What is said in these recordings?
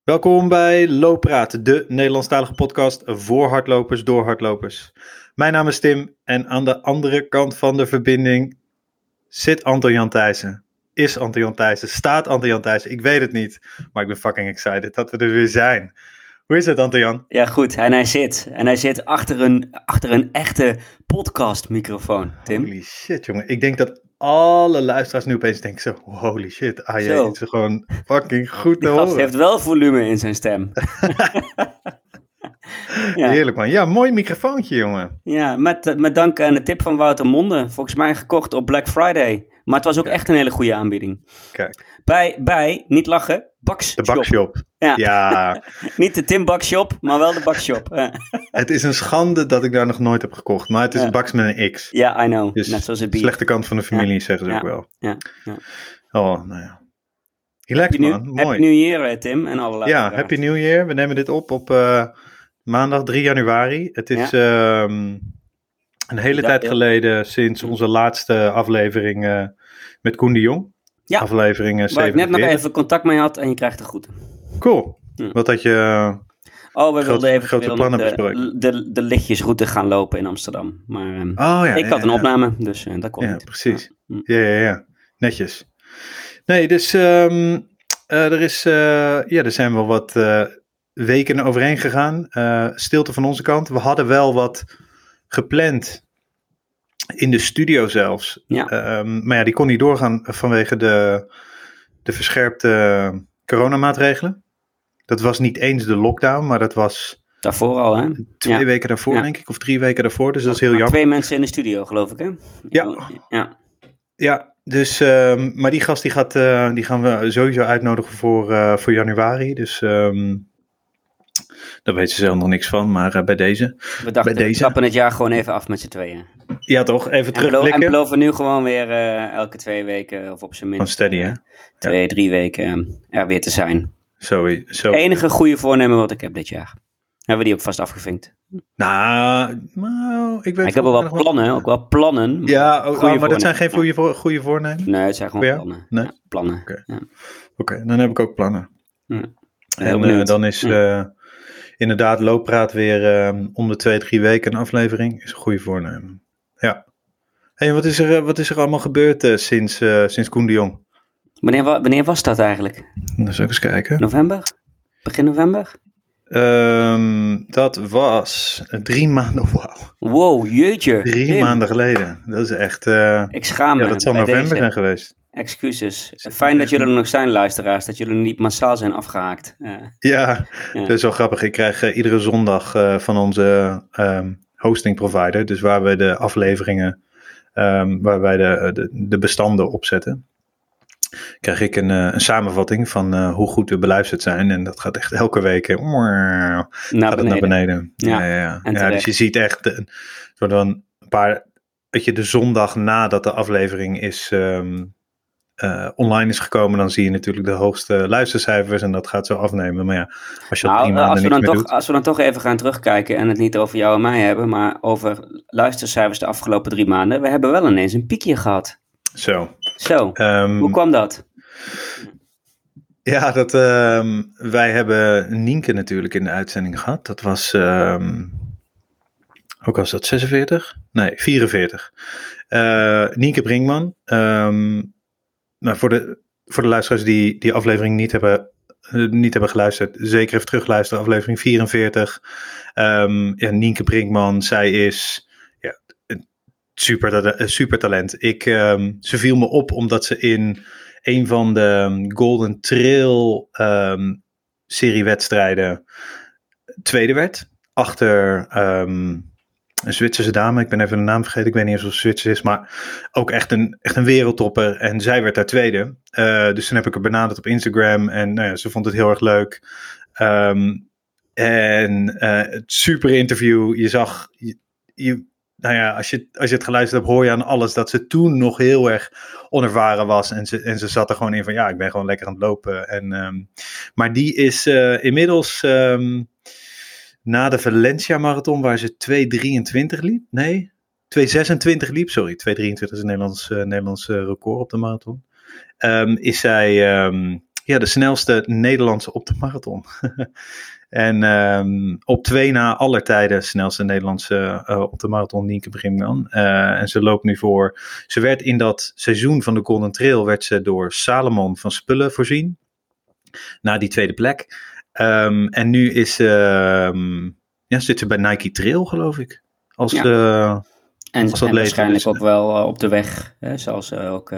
Welkom bij Looppraat, de Nederlandstalige podcast voor hardlopers door hardlopers. Mijn naam is Tim en aan de andere kant van de verbinding zit Anton-Jan Thijssen. Is Anton-Jan Thijssen? Staat Anton-Jan Thijssen? Ik weet het niet, maar ik ben fucking excited dat we er weer zijn. Hoe is het, Anton-Jan? Ja, goed. En hij zit achter een echte podcastmicrofoon, Tim. Holy shit, jongen. Ik denk dat alle luisteraars nu opeens denken zo, holy shit, het is gewoon fucking goed te Die horen. gast heeft wel volume in zijn stem. Ja. Heerlijk, man. Ja, mooi microfoontje, jongen. Ja, met dank aan de tip van Wouter Monde. Volgens mij gekocht op Black Friday. Maar het was ook echt een hele goede aanbieding. Kijk. Bij, niet lachen, Bakshop. De Bakshop. Ja. Niet de Tim Bakshop, maar wel de Bakshop. Het is een schande dat ik daar nog nooit heb gekocht. Maar het is Baks met een X. Ja, I know. Dus net zoals het bier. Slechte kant van de familie, zeggen ze ook wel. Ja. Oh, nou ja. Relax, man. Mooi. Happy New Year, Tim. En alle ja, Happy New Year. We nemen dit op maandag 3 januari. Het is een hele tijd geleden sinds onze laatste aflevering met Koen de Jong. Ja, aflevering 47. Waar ik net nog even contact mee had en je krijgt de groeten. Cool. Wat had je we wilden even grote plannen bespreken? De lichtjesroute gaan lopen in Amsterdam. Maar ik had een opname, dus dat kon niet. Precies. Ja. Netjes. Nee, dus er zijn wel wat weken overheen gegaan. Stilte van onze kant. We hadden wel wat gepland in de studio zelfs. Ja. Maar ja, die kon niet doorgaan vanwege de verscherpte coronamaatregelen. Dat was niet eens de lockdown, maar dat was daarvoor al, hè? 2 weken daarvoor, denk ik, of 3 weken daarvoor. Dus dat is heel jammer. 2 mensen in de studio, geloof ik, hè? Ja, dus, maar die gast die gaan we sowieso uitnodigen voor januari. Dus daar weten ze zelf nog niks van, maar bij deze. We dachten, we trappen het jaar gewoon even af met z'n tweeën. Ja, toch? Even terugblikken. En beloven nu gewoon weer elke 2 weken, of op zijn minst steady, hè? 2-3 weken er weer te zijn. Zo. Enige goede voornemen wat ik heb dit jaar. Hebben we die ook vast afgevinkt? Nou, ik weet. Ik heb wel plannen, ook wel plannen. Ja, maar dat zijn geen goede voornemen? Nee, het zijn gewoon plannen. Nee? Ja, plannen. Oké, dan heb ik ook plannen. Ja. En dan is inderdaad looppraat weer om de 2-3 weken een aflevering. Is een goede voornemen. Ja. Hey, wat is er allemaal gebeurd sinds Koen de Jong? Wanneer was dat eigenlijk? Dan zal ik eens kijken. November? Begin november? Dat was 3 maanden. Wow, jeetje. 3 maanden geleden. Dat is echt. Ik schaam me. Ja, dat zal november zijn geweest. Excuses. Fijn dat jullie er nog zijn, luisteraars. Dat jullie niet massaal zijn afgehaakt. Ja, dat is wel grappig. Ik krijg iedere zondag van onze hosting provider, dus waar we de afleveringen, waar wij de bestanden opzetten, krijg ik een samenvatting van hoe goed we beluisterd zijn. En dat gaat echt elke week naar beneden. Ja. Dus je ziet echt het wordt dan een paar, weet je, de zondag nadat de aflevering is online is gekomen, dan zie je natuurlijk de hoogste luistercijfers en dat gaat zo afnemen. Maar ja, als je dat 3 maanden niks meer doet. Als we dan toch even gaan terugkijken en het niet over jou en mij hebben, maar over luistercijfers de afgelopen 3 maanden, we hebben wel ineens een piekje gehad. Zo. Hoe kwam dat? Ja, wij hebben Nienke natuurlijk in de uitzending gehad. Dat was, ook was dat 46? Nee, 44. Nienke Brinkman. Nou, voor de luisteraars die aflevering niet hebben geluisterd, zeker even terugluisteren, aflevering 44. Nienke Brinkman, zij is een super talent. Ze viel me op omdat ze in een van de Golden Trail seriewedstrijden tweede werd. Achter een Zwitserse dame, ik ben even de naam vergeten, ik weet niet eens of ze Zwitsers is, maar ook echt een wereldtopper en zij werd daar tweede. Dus toen heb ik haar benaderd op Instagram en ze vond het heel erg leuk. Het super interview, je zag, als je het geluisterd hebt, hoor je aan alles dat ze toen nog heel erg onervaren was en ze zat er gewoon in van ik ben gewoon lekker aan het lopen. Maar die is inmiddels na de Valencia Marathon, waar ze 2:23 liep. Nee, 2:26 liep. Sorry, 2:23 is een Nederlands record op de marathon. Is zij de snelste Nederlandse op de marathon. En op 2 na aller tijden snelste Nederlandse op de marathon, Nienke Brinkman. En ze loopt nu voor. Ze werd in dat seizoen van de Golden Trail werd ze door Salomon van Spullen voorzien. Na die tweede plek. En nu is zit ze bij Nike Trail, geloof ik. En waarschijnlijk ook wel op de weg. Zoals ze ook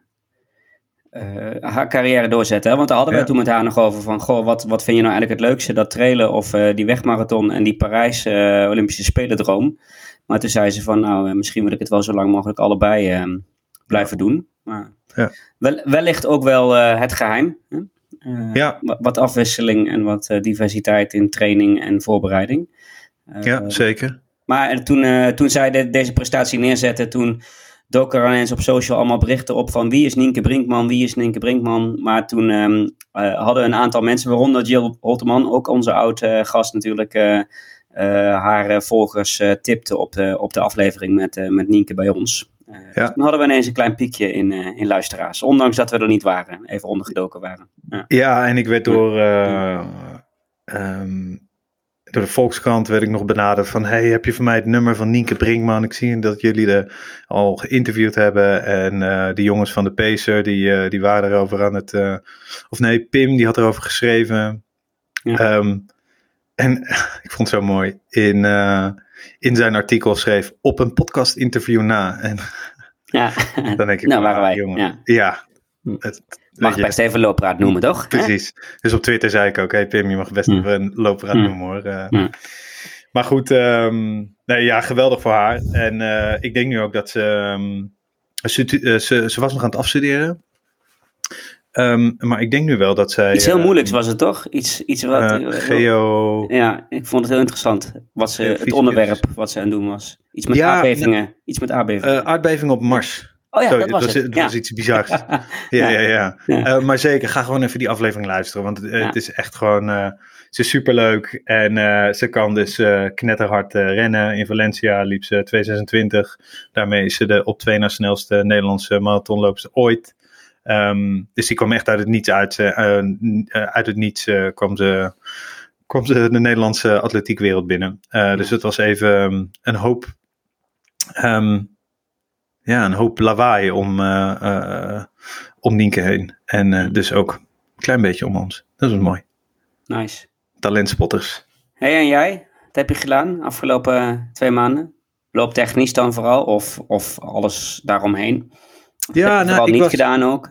haar carrière doorzetten. Hè? Want daar hadden we toen met haar nog over van... Goh, wat vind je nou eigenlijk het leukste? Dat trailen of die wegmarathon en die Parijs Olympische Spelendroom. Maar toen zei ze van... Nou, misschien wil ik het wel zo lang mogelijk allebei blijven doen. Maar wellicht ook wel het geheim. Hè? Wat afwisseling en wat diversiteit in training en voorbereiding. Zeker. Maar toen zij deze prestatie neerzette, toen doken er ineens op social allemaal berichten op van wie is Nienke Brinkman. Maar toen hadden een aantal mensen, waaronder Jill Holteman, ook onze oud-gast natuurlijk, haar volgers tipte op de aflevering met Nienke bij ons. Dus toen hadden we ineens een klein piekje in luisteraars, ondanks dat we er niet waren, even ondergedoken waren. Ja, en ik werd door de Volkskrant werd ik nog benaderd van... Hey, heb je voor mij het nummer van Nienke Brinkman? Ik zie dat jullie er al geïnterviewd hebben. En de jongens van de Pacer, die waren erover aan het... Pim, die had erover geschreven. Ja. En ik vond het zo mooi. In zijn artikel schreef op een podcast interview na. En dan denk ik... Nou, waren wij. Jongen, Mag best even loopraad noemen, toch? Precies. Dus op Twitter zei ik ook... Hey Pim, je mag best even een loopraad noemen, hoor. Maar goed, geweldig voor haar. En ik denk nu ook dat ze was nog aan het afstuderen. Maar ik denk nu wel dat zij... Iets heel moeilijks was het, toch? Iets wat... geo... Ja, ik vond het heel interessant. Het onderwerp wat ze aan het doen was. Iets met aardbevingen. Iets met aardbevingen. Aardbeving op Mars. Oh ja, dat was het. Dat was iets bizars. Ja. Maar zeker, ga gewoon even die aflevering luisteren. Want het is echt gewoon... ze is superleuk. En ze kan dus knetterhard rennen. In Valencia liep ze 2:26. Daarmee is ze de op 2 na snelste Nederlandse marathonloopster ooit. Dus die kwam echt uit het niets uit. Uit het niets kwam ze de Nederlandse atletiekwereld binnen. Dus het was even een hoop... een hoop lawaai om Nienke heen. En dus ook een klein beetje om ons. Dat is mooi. Nice. Talentspotters. Hey, en jij? Wat heb je gedaan afgelopen 2 maanden? Looptechnisch dan vooral? Of alles daaromheen? Heb je niet gedaan ook?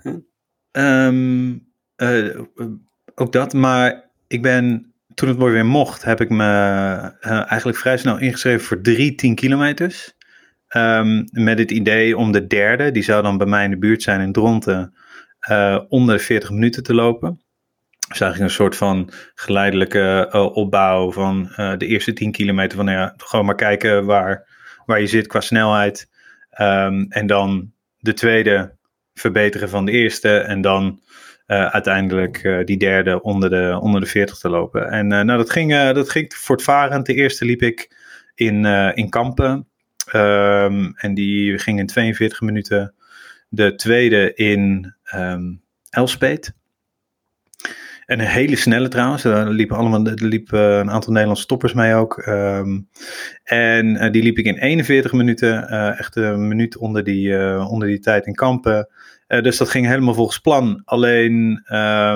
Ook dat. Maar ik ben, toen het mooi weer mocht, heb ik me eigenlijk vrij snel ingeschreven voor 3 10 kilometers. Met het idee om de derde, die zou dan bij mij in de buurt zijn in Dronten, onder de 40 minuten te lopen. Dus eigenlijk een soort van geleidelijke opbouw van de eerste 10 kilometer. Van gewoon maar kijken waar je zit qua snelheid. En dan de tweede verbeteren van de eerste. En dan uiteindelijk die derde onder de 40 te lopen. En dat ging voortvarend. De eerste liep ik in Kampen. En die ging in 42 minuten. De tweede in Elspet. En een hele snelle trouwens. Er liepen een aantal Nederlandse toppers mee ook. En die liep ik in 41 minuten. Echt een minuut onder die tijd in Kampen. Dus dat ging helemaal volgens plan. Alleen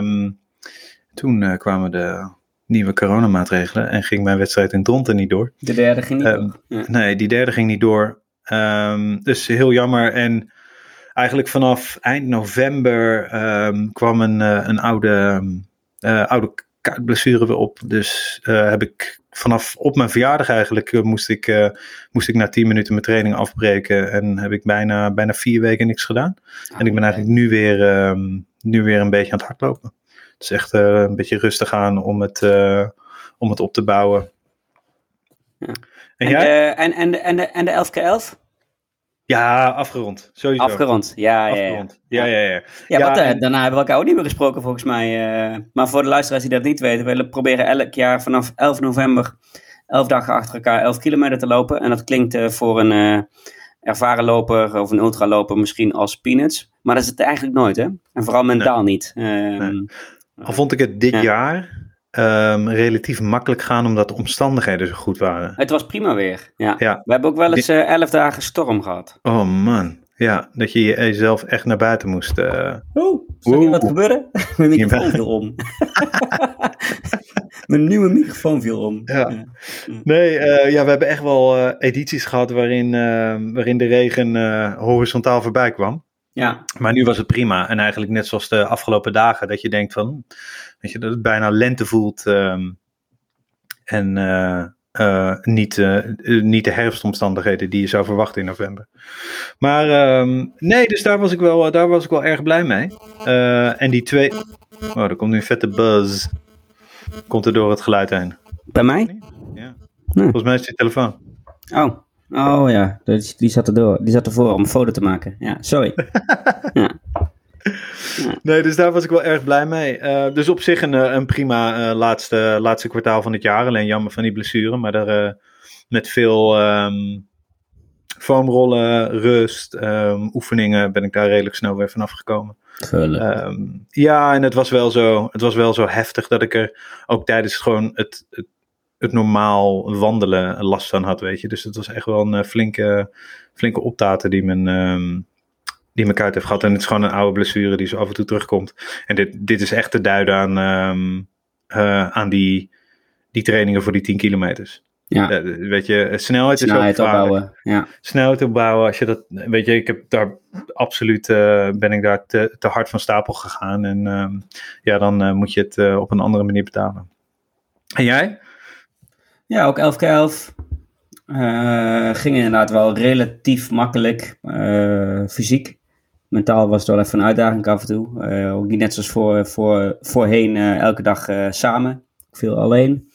toen kwamen de nieuwe coronamaatregelen. En ging mijn wedstrijd in Dronten niet door. De derde ging niet door. Ja. Nee, die derde ging niet door. Dus heel jammer. En eigenlijk vanaf eind november kwam een oude kuitblessure weer op. Dus heb ik vanaf op mijn verjaardag eigenlijk moest ik na 10 minuten mijn training afbreken. En heb ik bijna 4 weken niks gedaan. En ik ben eigenlijk nu weer een beetje aan het hardlopen. Het is echt een beetje rustig aan om het op te bouwen. Ja. En jij? En de 11x11? Ja, afgerond. Sowieso. Afgerond, ja. Daarna hebben we elkaar ook niet meer gesproken volgens mij. Maar voor de luisteraars die dat niet weten, we proberen elk jaar vanaf 11 november 11 dagen achter elkaar 11 kilometer te lopen. En dat klinkt voor een ervaren loper of een ultraloper misschien als peanuts. Maar dat is het eigenlijk nooit, hè? En vooral mentaal niet. Nee. Al vond ik het dit jaar relatief makkelijk gaan, omdat de omstandigheden zo goed waren. Het was prima weer. Ja. Ja. We hebben ook wel eens 11 dagen storm gehad. Oh man, ja, dat je jezelf echt naar buiten moest. Sorry, wat gebeurde? Mijn microfoon viel om. Mijn nieuwe microfoon viel om. Ja. Nee, we hebben echt wel edities gehad waarin de regen horizontaal voorbij kwam. Ja. Maar nu was het prima. En eigenlijk net zoals de afgelopen dagen, dat je denkt van, weet je, dat het bijna lente voelt. En niet de herfstomstandigheden die je zou verwachten in november. Maar nee, dus daar was ik wel erg blij mee. En die twee... Oh, er komt nu een vette buzz. Komt er door het geluid heen. Bij mij? Ja. Volgens mij is het je telefoon. Oh ja, die zat erdoor. Die zat ervoor om een foto te maken. Ja, sorry. Ja. Nee, dus daar was ik wel erg blij mee. Dus op zich een prima laatste kwartaal van het jaar. Alleen jammer van die blessure. Maar daar met veel foamrollen, rust, oefeningen ben ik daar redelijk snel weer vanaf gekomen. Ja, en het was wel zo heftig dat ik er ook tijdens gewoon het normaal wandelen last van had, weet je. Dus het was echt wel een flinke optaten die mijn kuit heeft gehad. En het is gewoon een oude blessure die zo af en toe terugkomt. En dit is echt te duiden aan die trainingen voor die 10 kilometers. Ja. Weet je, snelheid is ook opbouwen. Ja. Snelheid opbouwen, als je dat, weet je, ik heb daar absoluut, ben ik daar te hard van stapel gegaan. En dan moet je het op een andere manier betalen. En jij? Ja, ook 11 keer 11. Ging inderdaad wel relatief makkelijk. Fysiek. Mentaal was het wel even een uitdaging af en toe. Ook niet net zoals voorheen elke dag samen. Veel alleen.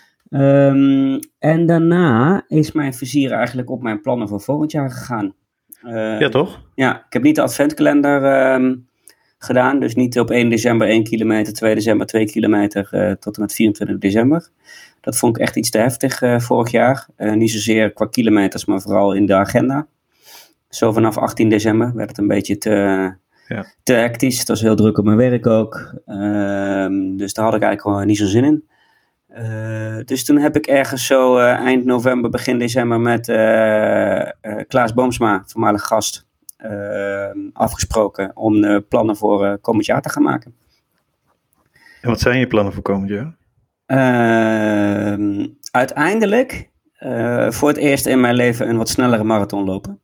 En daarna is mijn vizier eigenlijk op mijn plannen voor volgend jaar gegaan. Ja, toch? Ja, ik heb niet de adventkalender gedaan. Dus niet op 1 december 1 kilometer, 2 december 2 kilometer tot en met 24 december. Dat vond ik echt iets te heftig vorig jaar. Niet zozeer qua kilometers, maar vooral in de agenda. Zo vanaf 18 december werd het een beetje te hectisch. Het was heel druk op mijn werk ook. Dus daar had ik eigenlijk gewoon niet zo zin in. Dus toen heb ik ergens zo eind november, begin december met Klaas Boomsma, voormalig gast, afgesproken om plannen voor komend jaar te gaan maken. En wat zijn je plannen voor komend jaar? Uiteindelijk voor het eerst in mijn leven een wat snellere marathon lopen.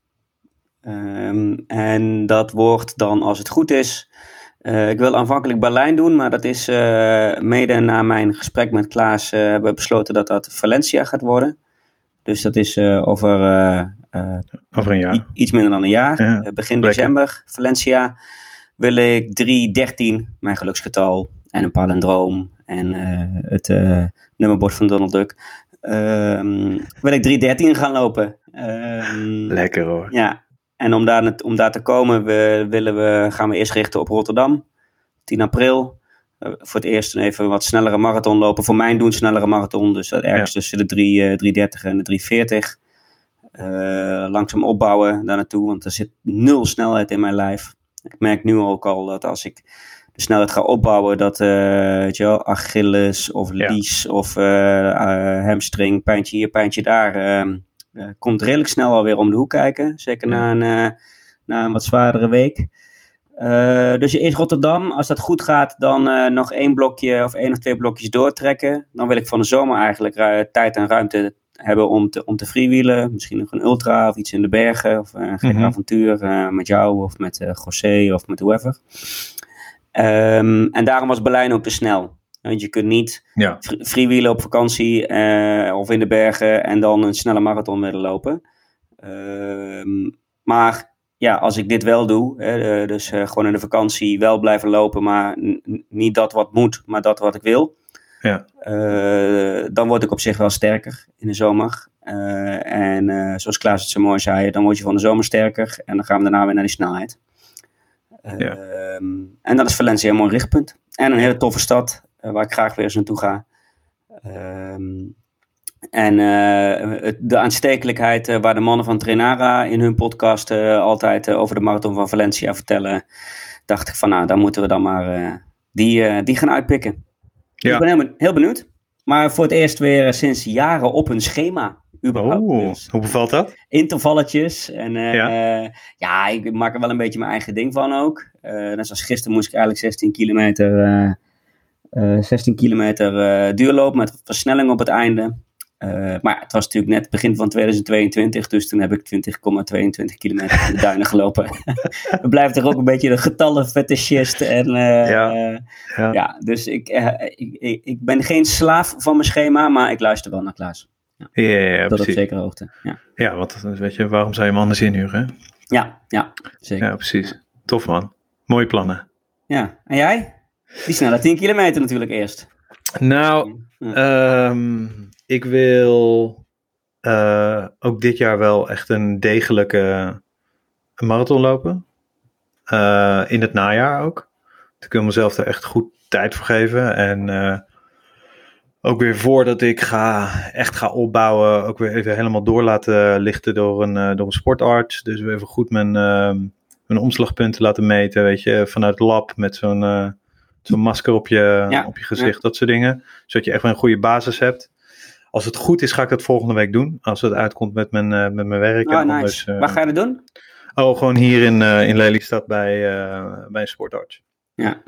En dat wordt dan, als het goed is... ik wil aanvankelijk Berlijn doen, maar dat is mede na mijn gesprek met Klaas hebben we besloten dat Valencia gaat worden. Dus dat is over een jaar. Iets minder dan een jaar. Ja, begin december, Valencia, wil ik 3:13, mijn geluksgetal, en een palindroom en het nummerbord van Donald Duck. Wil ik 3:13 gaan lopen. Lekker hoor. Ja. En om daar te komen gaan we eerst richten op Rotterdam. 10 april. Voor het eerst even wat snellere marathon lopen. Voor mijn doen snellere marathon. Dus ergens tussen de 3:30 en de 3:40. Langzaam opbouwen daar naartoe. Want er zit 0 snelheid in mijn lijf. Ik merk nu ook al dat als ik de snelheid ga opbouwen. Dat Achilles of lies of hamstring. Pijntje hier, pijntje daar... komt redelijk snel alweer om de hoek kijken. Zeker na een wat zwaardere week. Dus eerst Rotterdam. Als dat goed gaat, dan nog 1 blokje of 1 of 2 blokjes doortrekken. Dan wil ik van de zomer eigenlijk tijd en ruimte hebben om te freewheelen. Misschien nog een ultra of iets in de bergen. Of een gek avontuur met jou of met José of met whoever. En daarom was Berlijn ook te snel. Want je kunt niet freewheelen op vakantie of in de bergen en dan een snelle marathon willen lopen. Maar ja, als ik dit wel doe, dus gewoon in de vakantie wel blijven lopen, maar niet dat wat moet, maar dat wat ik wil. Ja. Dan word ik op zich wel sterker in de zomer. En zoals Klaas het zo mooi zei, dan word je van de zomer sterker en dan gaan we daarna weer naar die snelheid. En dan is Valencia een mooi richtpunt. En een hele toffe stad. Waar ik graag weer eens naartoe ga. De aanstekelijkheid waar de mannen van Trainara in hun podcast altijd over de marathon van Valencia vertellen. Dacht ik van, nou, daar moeten we dan maar die gaan uitpikken. Ja. Ik ben heel benieuwd. Maar voor het eerst weer sinds jaren op een schema. Überhaupt. Dus, hoe bevalt dat? intervalletjes. En ik maak er wel een beetje mijn eigen ding van ook. Net zoals gisteren moest ik eigenlijk 16 kilometer duurlopen met versnelling op het einde. Maar het was natuurlijk net begin van 2022, dus toen heb ik 20,22 kilometer in de duinen gelopen. We blijven toch ook een beetje de getallenfetischist. Dus ik ben geen slaaf van mijn schema, maar ik luister wel naar Klaas. Ja, tot op precies. zekere hoogte. Ja, want weet je, waarom zou je hem anders inhuren? Hè? Ja, zeker. Ja, precies. Tof man. Mooie plannen. Ja, en jij? Die snelle 10 kilometer natuurlijk eerst. Nou, ik wil ook dit jaar wel echt een degelijke marathon lopen. In het najaar ook. Ik wil mezelf er echt goed tijd voor geven. En ook weer voordat ik echt ga opbouwen, ook weer even helemaal door laten lichten door een sportarts. Dus weer even goed mijn omslagpunten laten meten, weet je, vanuit het lab met zo'n masker op je gezicht, dat soort dingen. Zodat je echt wel een goede basis hebt. Als het goed is, ga ik dat volgende week doen. Als het uitkomt met mijn werk. Oh, nice. Anders, waar ga je dat doen? Gewoon hier in Lelystad bij een sportarts. Ja.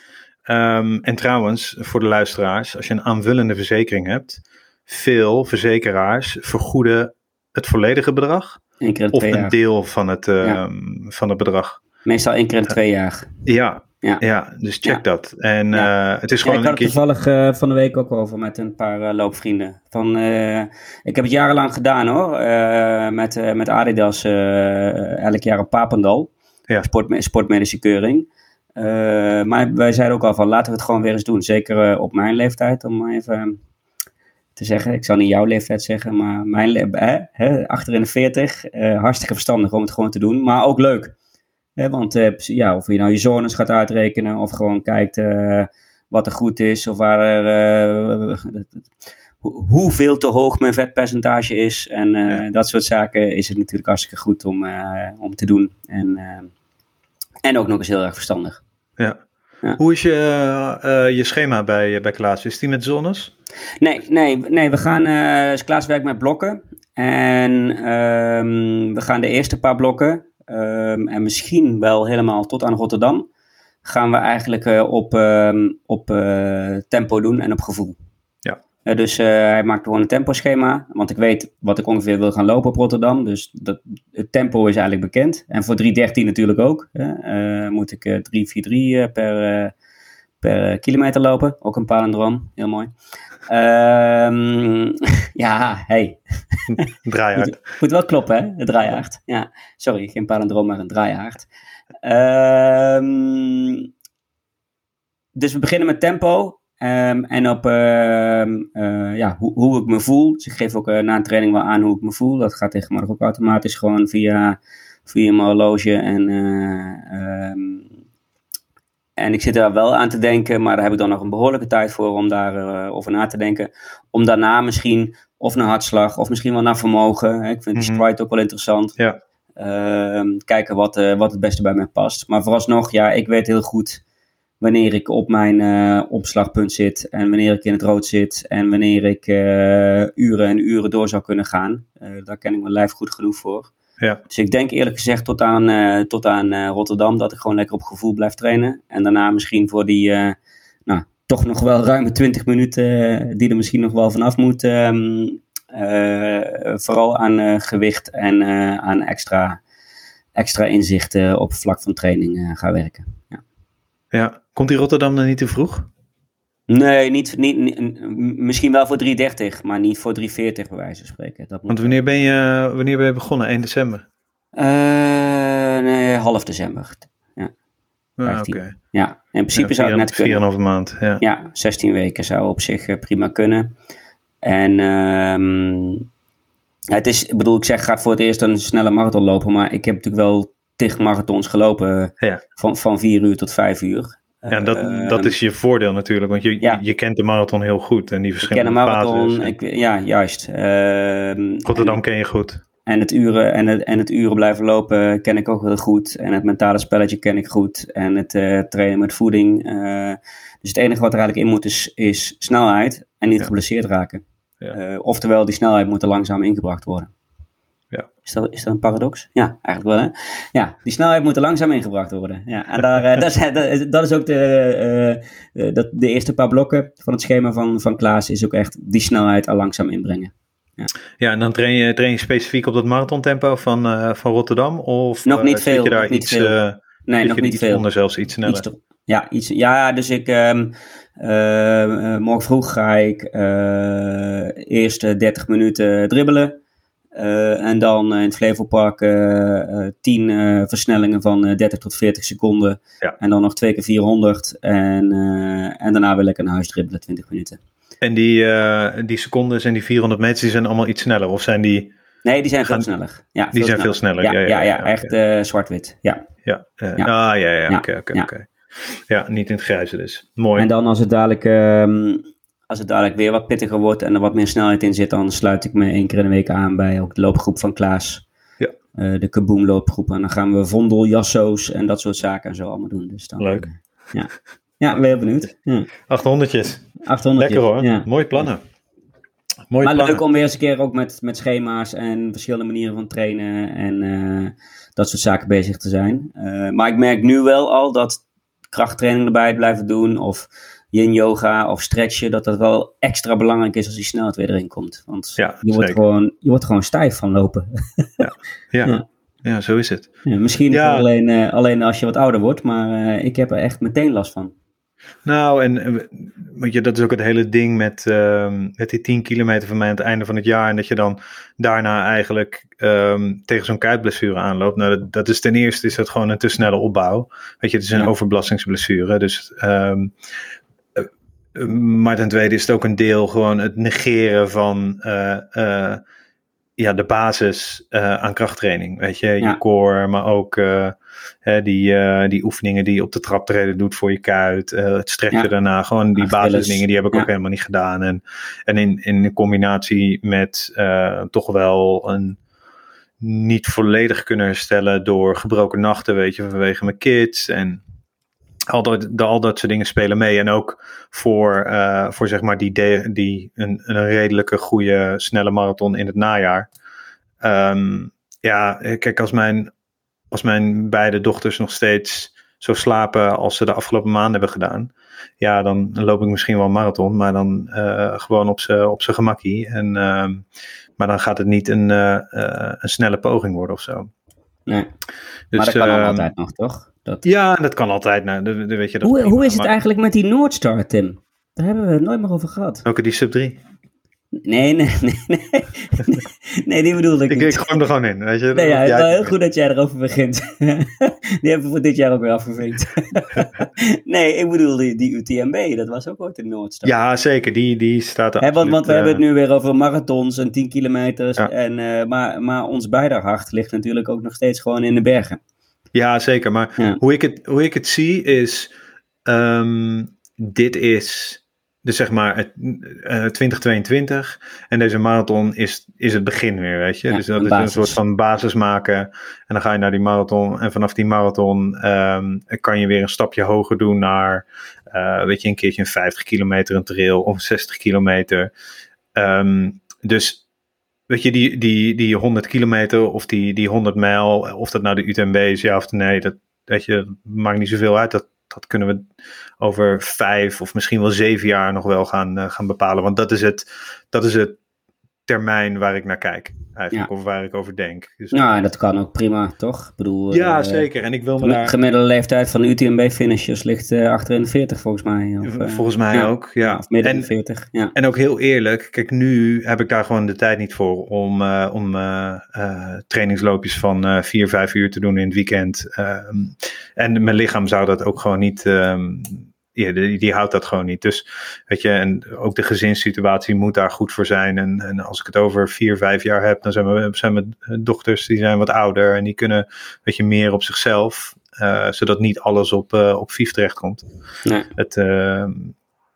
En trouwens, voor de luisteraars, als je een aanvullende verzekering hebt, veel verzekeraars vergoeden het volledige bedrag of een deel van het bedrag. Meestal 1 keer in 2 jaar. Ja, dus check dat. En het is gewoon ik had het toevallig van de week ook over met een paar loopvrienden. Ik heb het jarenlang gedaan hoor, met Adidas elk jaar op Papendal. Ja. Sportmedische keuring. Maar wij zeiden ook al van laten we het gewoon weer eens doen. Zeker op mijn leeftijd, om even te zeggen. Ik zal niet jouw leeftijd zeggen, maar mijn achter in de 40. Hartstikke verstandig om het gewoon te doen, maar ook leuk. Want of je nou je zones gaat uitrekenen of gewoon kijkt wat er goed is of waar er hoeveel te hoog mijn vetpercentage is en dat soort zaken is het natuurlijk hartstikke goed om te doen. En ook nog eens heel erg verstandig. Ja. Hoe is je schema bij Klaas? Is die met zones? Nee, we gaan Klaas werkt met blokken en we gaan de eerste paar blokken en misschien wel helemaal tot aan Rotterdam gaan we eigenlijk op tempo doen en op gevoel. Ja. Dus hij maakt gewoon een temposchema, want ik weet wat ik ongeveer wil gaan lopen op Rotterdam. Dus het tempo is eigenlijk bekend. En voor 3:13 natuurlijk ook. Moet ik 3:43 per kilometer lopen. Ook een palindroom, heel mooi. Draaihard. Moet wel kloppen, hè? De draaihard. Ja, sorry, geen palindroom, maar een draaihard. Dus we beginnen met tempo. En op hoe ik me voel. Dus ik geef ook na een training wel aan hoe ik me voel. Dat gaat tegenwoordig ook automatisch gewoon via mijn horloge. En ik zit er wel aan te denken, maar daar heb ik dan nog een behoorlijke tijd voor om daar over na te denken. Om daarna misschien of naar hartslag of misschien wel naar vermogen. Ik vind stride ook wel interessant. Ja. Kijken wat het beste bij mij past. Maar vooralsnog, ik weet heel goed wanneer ik op mijn opslagpunt zit en wanneer ik in het rood zit en wanneer ik uren en uren door zou kunnen gaan. Daar ken ik mijn lijf goed genoeg voor. Ja. Dus ik denk eerlijk gezegd tot aan Rotterdam dat ik gewoon lekker op gevoel blijf trainen. En daarna misschien voor die toch nog wel ruime 20 minuten die er misschien nog wel vanaf moet. Vooral aan gewicht en aan extra inzichten op vlak van training gaan werken. Ja, komt die Rotterdam dan niet te vroeg? Nee, niet, misschien wel voor 3:30, maar niet voor 3:40 bij wijze van spreken. Want wanneer ben je begonnen? 1 december? Nee, half december. Ja. Oké. Ja, in principe zou het net kunnen. 4,5 maand. Ja, 16 weken zou op zich prima kunnen. En het is, ik ga voor het eerst een snelle marathon lopen, maar ik heb natuurlijk wel 10 marathons gelopen van 4 uur tot 5 uur. Ja, dat is je voordeel natuurlijk, want je kent de marathon heel goed en die verschillende fases. Ik ken de marathon, juist. Rotterdam ken je goed. En het uren blijven lopen ken ik ook heel goed. En het mentale spelletje ken ik goed. En het trainen met voeding. Dus het enige wat er eigenlijk in moet is snelheid en niet geblesseerd raken. Ja. Oftewel, die snelheid moet er langzaam ingebracht worden. Ja. Is dat een paradox? Ja, eigenlijk wel, hè? Ja, die snelheid moet er langzaam ingebracht worden. Ja, en dat is ook de eerste paar blokken van het schema van Klaas, is ook echt die snelheid er langzaam inbrengen. Ja, en dan train je specifiek op dat marathontempo van Rotterdam? Of nog niet veel. Je daar nog niet iets, veel. Nee, nog niet veel. Onder, zelfs iets sneller? Dus ik... morgen vroeg ga ik eerst 30 minuten dribbelen. En dan in het Flevopark 10 versnellingen van 30 tot 40 seconden. Ja. En dan nog 2 keer 400. En daarna wil ik naar huis dribbelen, 20 minuten. En die secondes en die 400 meters, die zijn allemaal iets sneller? Of zijn die... Nee, die zijn veel sneller. Ja, die zijn veel sneller. Ja, echt zwart-wit. Ja. Oké. Ja, niet in het grijze dus. Mooi. En dan als het dadelijk weer wat pittiger wordt en er wat meer snelheid in zit, dan sluit ik me 1 keer in de week aan bij ook de loopgroep van Klaas. Ja. De Kaboom loopgroep. En dan gaan we Vondel, Jasso's en dat soort zaken en zo allemaal doen. Dus dan, leuk. Ja, ben heel benieuwd. Ja. 800'tjes. Lekker hoor. Ja. Mooie plannen. Maar leuk om weer eens een keer ook met schema's en verschillende manieren van trainen en dat soort zaken bezig te zijn. Maar ik merk nu wel al dat krachttraining erbij blijven doen of yin yoga of stretchen, dat wel extra belangrijk is als die snelheid weer erin komt. Want je wordt gewoon stijf van lopen. Ja, zo is het. Ja, misschien alleen als je wat ouder wordt, maar ik heb er echt meteen last van. Nou, en dat is ook het hele ding met die 10 kilometer van mij aan het einde van het jaar. En dat je dan daarna eigenlijk tegen zo'n kuitblessure aanloopt. Nou, dat is ten eerste is dat gewoon een te snelle opbouw. Weet je, het is een overbelastingsblessure. Dus, maar ten tweede is het ook een deel gewoon het negeren van de basis aan krachttraining. Weet je, je core, maar ook die oefeningen die je op de traptreden doet voor je kuit. Het stretchen daarna. Gewoon die basisdingen, die heb ik ook helemaal niet gedaan. En in combinatie met toch wel een niet volledig kunnen herstellen door gebroken nachten, weet je, vanwege mijn kids. En al dat soort dingen spelen mee. En ook voor zeg maar een redelijke goede snelle marathon in het najaar. Kijk, als mijn beide dochters nog steeds zo slapen als ze de afgelopen maanden hebben gedaan, ja, dan loop ik misschien wel een marathon, maar dan gewoon op z'n gemakkie. Maar dan gaat het niet een snelle poging worden of zo. Nee, dus, maar dat kan altijd nog, toch? Ja, dat kan altijd. Nou, weet je, hoe is het eigenlijk met die Noordstar, Tim? Daar hebben we het nooit meer over gehad. Ook die sub 3? Nee, die bedoelde ik niet. Ik gooi hem er gewoon in, weet je. Nee, het is wel heel goed dat jij erover begint. Die hebben we voor dit jaar ook weer afgevinkt. Nee, ik bedoel die UTMB, dat was ook ooit in Noordstar. Ja, zeker, die staat er. Want we hebben het nu weer over marathons en 10 kilometers. Ja. Maar ons beider hart ligt natuurlijk ook nog steeds gewoon in de bergen. Ja, zeker. Maar hoe ik het zie is, dit is dus zeg maar 2022 en deze marathon is het begin weer, weet je. Ja, dus dat is een soort van basis maken en dan ga je naar die marathon en vanaf die marathon kan je weer een stapje hoger doen naar, weet je, een keertje een 50 kilometer een trail of 60 kilometer. Dus weet je, die 100 kilometer of die 100 mijl, of dat nou de UTMB is, ja of nee, dat maakt niet zoveel uit. Dat kunnen we over 5 of misschien wel 7 jaar nog wel gaan bepalen. Want dat is het termijn waar ik naar kijk. Eigenlijk, of waar ik over denk. Dus, dat kan ook prima, toch? Ik bedoel, zeker. En ik wil me de gemiddelde leeftijd van de UTMB-finishers ligt achter in de 40 volgens mij. Volgens mij ook, ja. Of midden in de 40, ja. En ook heel eerlijk, kijk, nu heb ik daar gewoon de tijd niet voor om trainingsloopjes van 4-5 uur te doen in het weekend. En mijn lichaam zou dat ook gewoon niet... die houdt dat gewoon niet. Dus weet je, en ook de gezinssituatie moet daar goed voor zijn. En als ik het over 4-5 jaar heb, dan zijn mijn dochters, die zijn wat ouder en die kunnen, weet je, meer op zichzelf, zodat niet alles op Vief terechtkomt. Nee.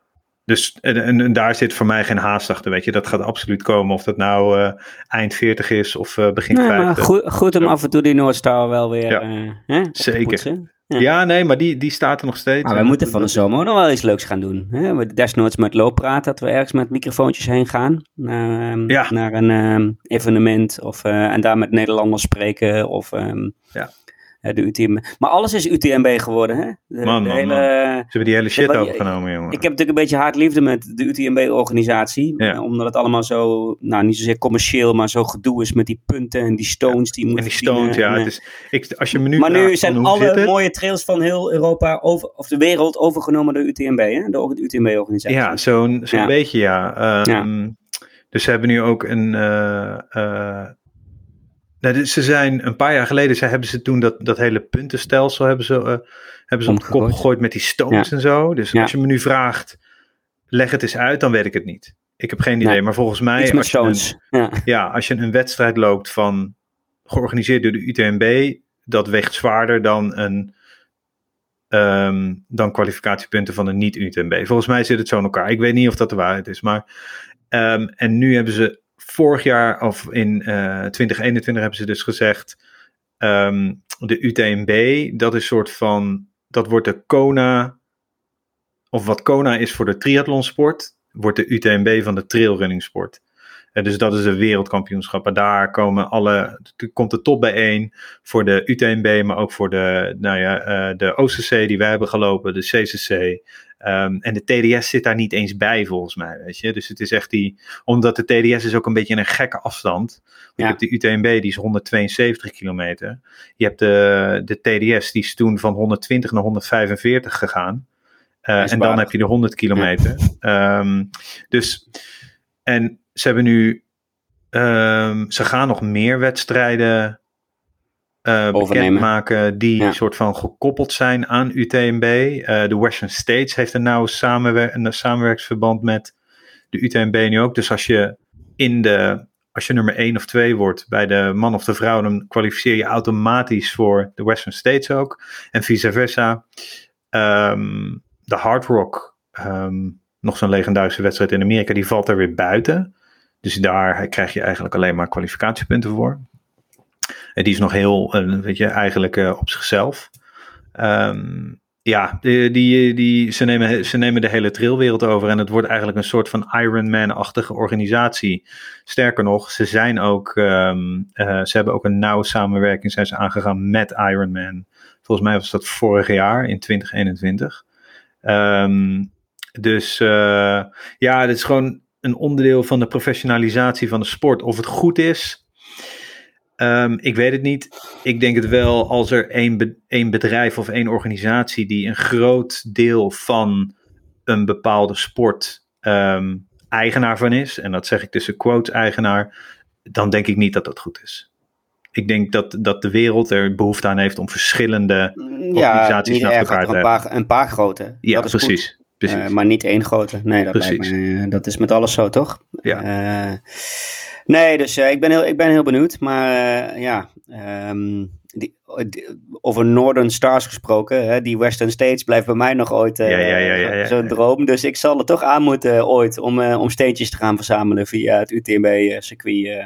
Dus en daar zit voor mij geen haast achter, weet je. Dat gaat absoluut komen, of dat nou eind 40 is of begin 50. Maar goed om af en toe die Noordstar wel weer zeker. Ja, nee, maar die staat er nog steeds. Maar wij moeten van de zomer nog wel iets leuks gaan doen. Hè? Desnoods met looppraat, dat we ergens met microfoontjes heen gaan. Naar een evenement. En daar met Nederlanders spreken. Of de UTMB. Maar alles is UTMB geworden, hè? Man. Ze hebben die hele shit overgenomen, jongen. Ik heb natuurlijk een beetje haatliefde met de UTMB-organisatie. Ja. Omdat het allemaal zo, niet zozeer commercieel, maar zo gedoe is met die punten en die stones. Die moeten en die stones, het is, als je me nu maar nu zijn alle mooie trails van heel Europa of de wereld overgenomen door UTMB, hè? De UTMB-organisatie. Ja, zo'n beetje, ja. Dus ze hebben nu ook een... ze zijn een paar jaar geleden, hebben ze toen dat hele puntenstelsel hebben ze op de kop gegooid met die stones en zo. Dus als je me nu vraagt, leg het eens uit, dan weet ik het niet. Ik heb geen idee, maar volgens mij, als je een wedstrijd loopt georganiseerd door de UTMB, dat weegt zwaarder dan kwalificatiepunten van de niet-UTMB. Volgens mij zit het zo in elkaar. Ik weet niet of dat de waarheid is, maar en nu hebben ze vorig jaar, of in 2021 hebben ze dus gezegd, de UTMB, dat is soort van, dat wordt de Kona, of wat Kona is voor de triathlonsport, wordt de UTMB van de trailrunningsport. Dus dat is de wereldkampioenschap. En daar komt de top bijeen voor de UTMB, maar ook voor de OCC die wij hebben gelopen, de CCC. En de TDS zit daar niet eens bij, volgens mij, weet je. Dus het is echt omdat de TDS is ook een beetje een gekke afstand. Je hebt de UTMB, die is 172 kilometer. Je hebt de TDS, die is toen van 120 naar 145 gegaan. En dan heb je de 100 kilometer. En ze hebben nu, ze gaan nog meer wedstrijden bekendmaken die soort van gekoppeld zijn aan UTMB. De Western States heeft een nauw samenwerksverband met de UTMB nu ook. Dus als je nummer 1 of 2 wordt bij de man of de vrouw, dan kwalificeer je automatisch voor de Western States ook. En vice versa. De Hard Rock, nog zo'n legendarische wedstrijd in Amerika, die valt er weer buiten. Dus daar krijg je eigenlijk alleen maar kwalificatiepunten voor. En die is nog heel, eigenlijk op zichzelf. Ze nemen de hele trailwereld over. En het wordt eigenlijk een soort van Ironman-achtige organisatie. Sterker nog, ze zijn ook, ze hebben ook een nauwe samenwerking zijn ze aangegaan met Ironman. Volgens mij was dat vorig jaar in 2021. Dit is gewoon een onderdeel van de professionalisatie van de sport. Of het goed is, ik weet het niet. Ik denk het wel, als er één bedrijf of één organisatie die een groot deel van een bepaalde sport eigenaar van is, en dat zeg ik tussen quotes eigenaar, dan denk ik niet dat dat goed is. Ik denk dat de wereld er behoefte aan heeft om verschillende organisaties naar elkaar te hebben. Een paar grote. Ja, dat is precies. Maar niet één grote. Nee, dat lijkt me, dat is met alles zo, toch? Ja. Dus ik ben heel benieuwd. Maar over Northern Stars gesproken, hè, die Western States blijft bij mij nog ooit zo'n droom. Dus ik zal er toch aan moeten ooit om steentjes te gaan verzamelen via het UTMB-circuit.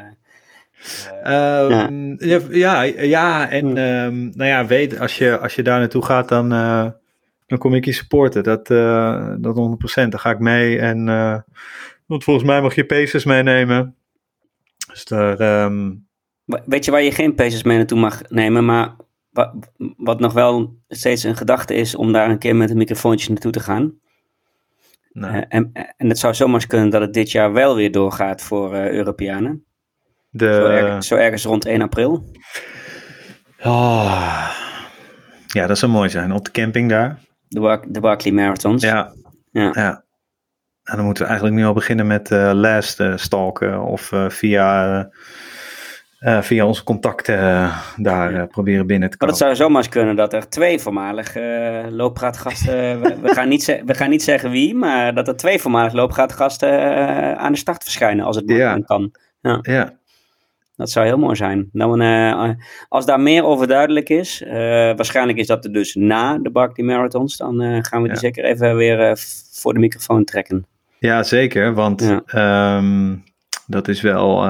Weet, als je daar naartoe gaat, dan kom ik je supporten. Dat 100%. Dan ga ik mee. En want volgens mij mag je pacers meenemen. Dus daar... Weet je waar je geen pacers mee naartoe mag nemen, maar wat nog wel steeds een gedachte is om daar een keer met een microfoontje naartoe te gaan. Nou. En het zou zomaar kunnen dat het dit jaar wel weer doorgaat voor Europeanen. Zo ergens rond 1 april. Oh. Ja, dat zou mooi zijn. Op de camping daar. De Barkley Marathons. Ja. Nou, dan moeten we eigenlijk nu al beginnen met last stalken. Of via onze contacten daar proberen binnen te komen. Maar dat zou zomaar kunnen dat er 2 voormalige looppraatgasten... we gaan niet zeggen wie, maar dat er 2 voormalige looppraatgasten aan de start verschijnen als het kan. Ja. Dat zou heel mooi zijn. Als daar meer over duidelijk is, waarschijnlijk is dat er dus na de Barkley Marathons, dan gaan we die zeker even weer voor de microfoon trekken. Ja, zeker, want dat is wel...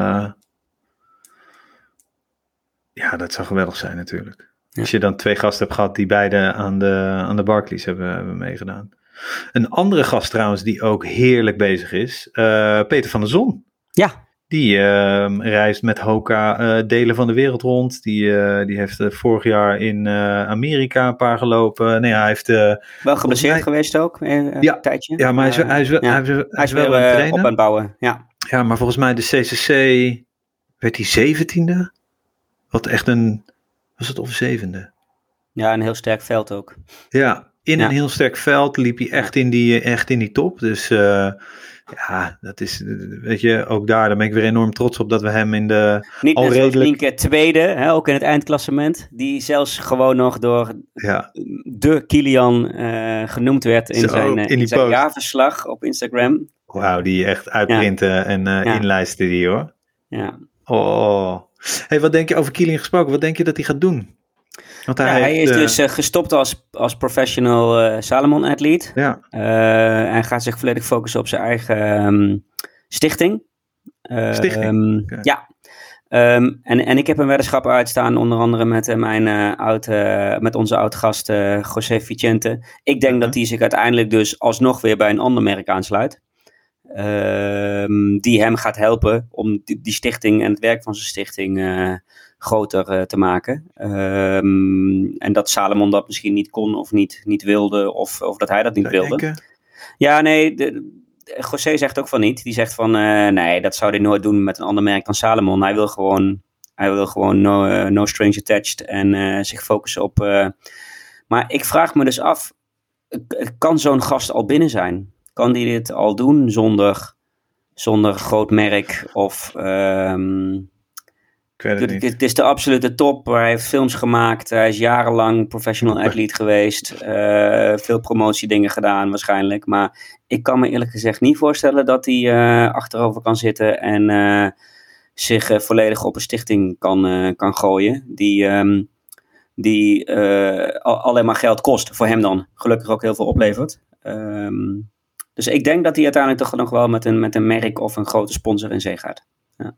dat zou geweldig zijn natuurlijk. Ja. Als je dan 2 gasten hebt gehad die beide aan de Barkleys hebben meegedaan. Een andere gast trouwens die ook heerlijk bezig is, Peter van der Zon. Ja. Die reist met Hoka delen van de wereld rond. Die heeft vorig jaar in Amerika een paar gelopen. Nee, hij heeft... wel geblesseerd geweest ook, een tijdje. Ja, maar hij is wel aan het trainen. Op aan het bouwen, ja. Ja, maar volgens mij de CCC werd hij 17e. Wat echt was het of 7e? Ja, een heel sterk veld ook. Ja, een heel sterk veld liep hij echt in die top. Dus dat is, weet je, ook daar ben ik weer enorm trots op dat we hem in de... Niet al redelijk... Nienke tweede, hè, ook in het eindklassement. Die zelfs gewoon nog door de Kilian genoemd werd in zijn jaarverslag op Instagram. Wauw, die echt uitprinten en inlijsten die, hoor. Ja. Oh. Hey, wat denk je over Kilian gesproken? Wat denk je dat hij gaat doen? Want hij is dus gestopt als professional Salomon-atleet. Ja. Hij gaat zich volledig focussen op zijn eigen stichting. Stichting? Okay. Ja. En ik heb een weddenschap uitstaan, onder andere met onze oud-gast José Vicente. Ik denk dat hij zich uiteindelijk dus alsnog weer bij een ander merk aansluit. Die hem gaat helpen om die stichting en het werk van zijn stichting groter te maken. En dat Salomon dat misschien niet kon of niet wilde, of dat hij dat niet wilde. Denken? Ja, nee, José zegt ook van niet. Die zegt van, nee, dat zou hij nooit doen met een ander merk dan Salomon. Hij wil gewoon no strings attached en zich focussen op... Maar ik vraag me dus af, kan zo'n gast al binnen zijn? Kan die dit al doen zonder groot merk of... Ik weet het niet. Het is de absolute top. Hij heeft films gemaakt. Hij is jarenlang professional athlete geweest. Veel promotiedingen gedaan waarschijnlijk. Maar ik kan me eerlijk gezegd niet voorstellen dat hij achterover kan zitten en zich volledig op een stichting kan gooien. Die alleen maar geld kost voor hem dan. Gelukkig ook heel veel oplevert. Dus ik denk dat hij uiteindelijk toch nog wel met een merk of een grote sponsor in zee gaat. Ja.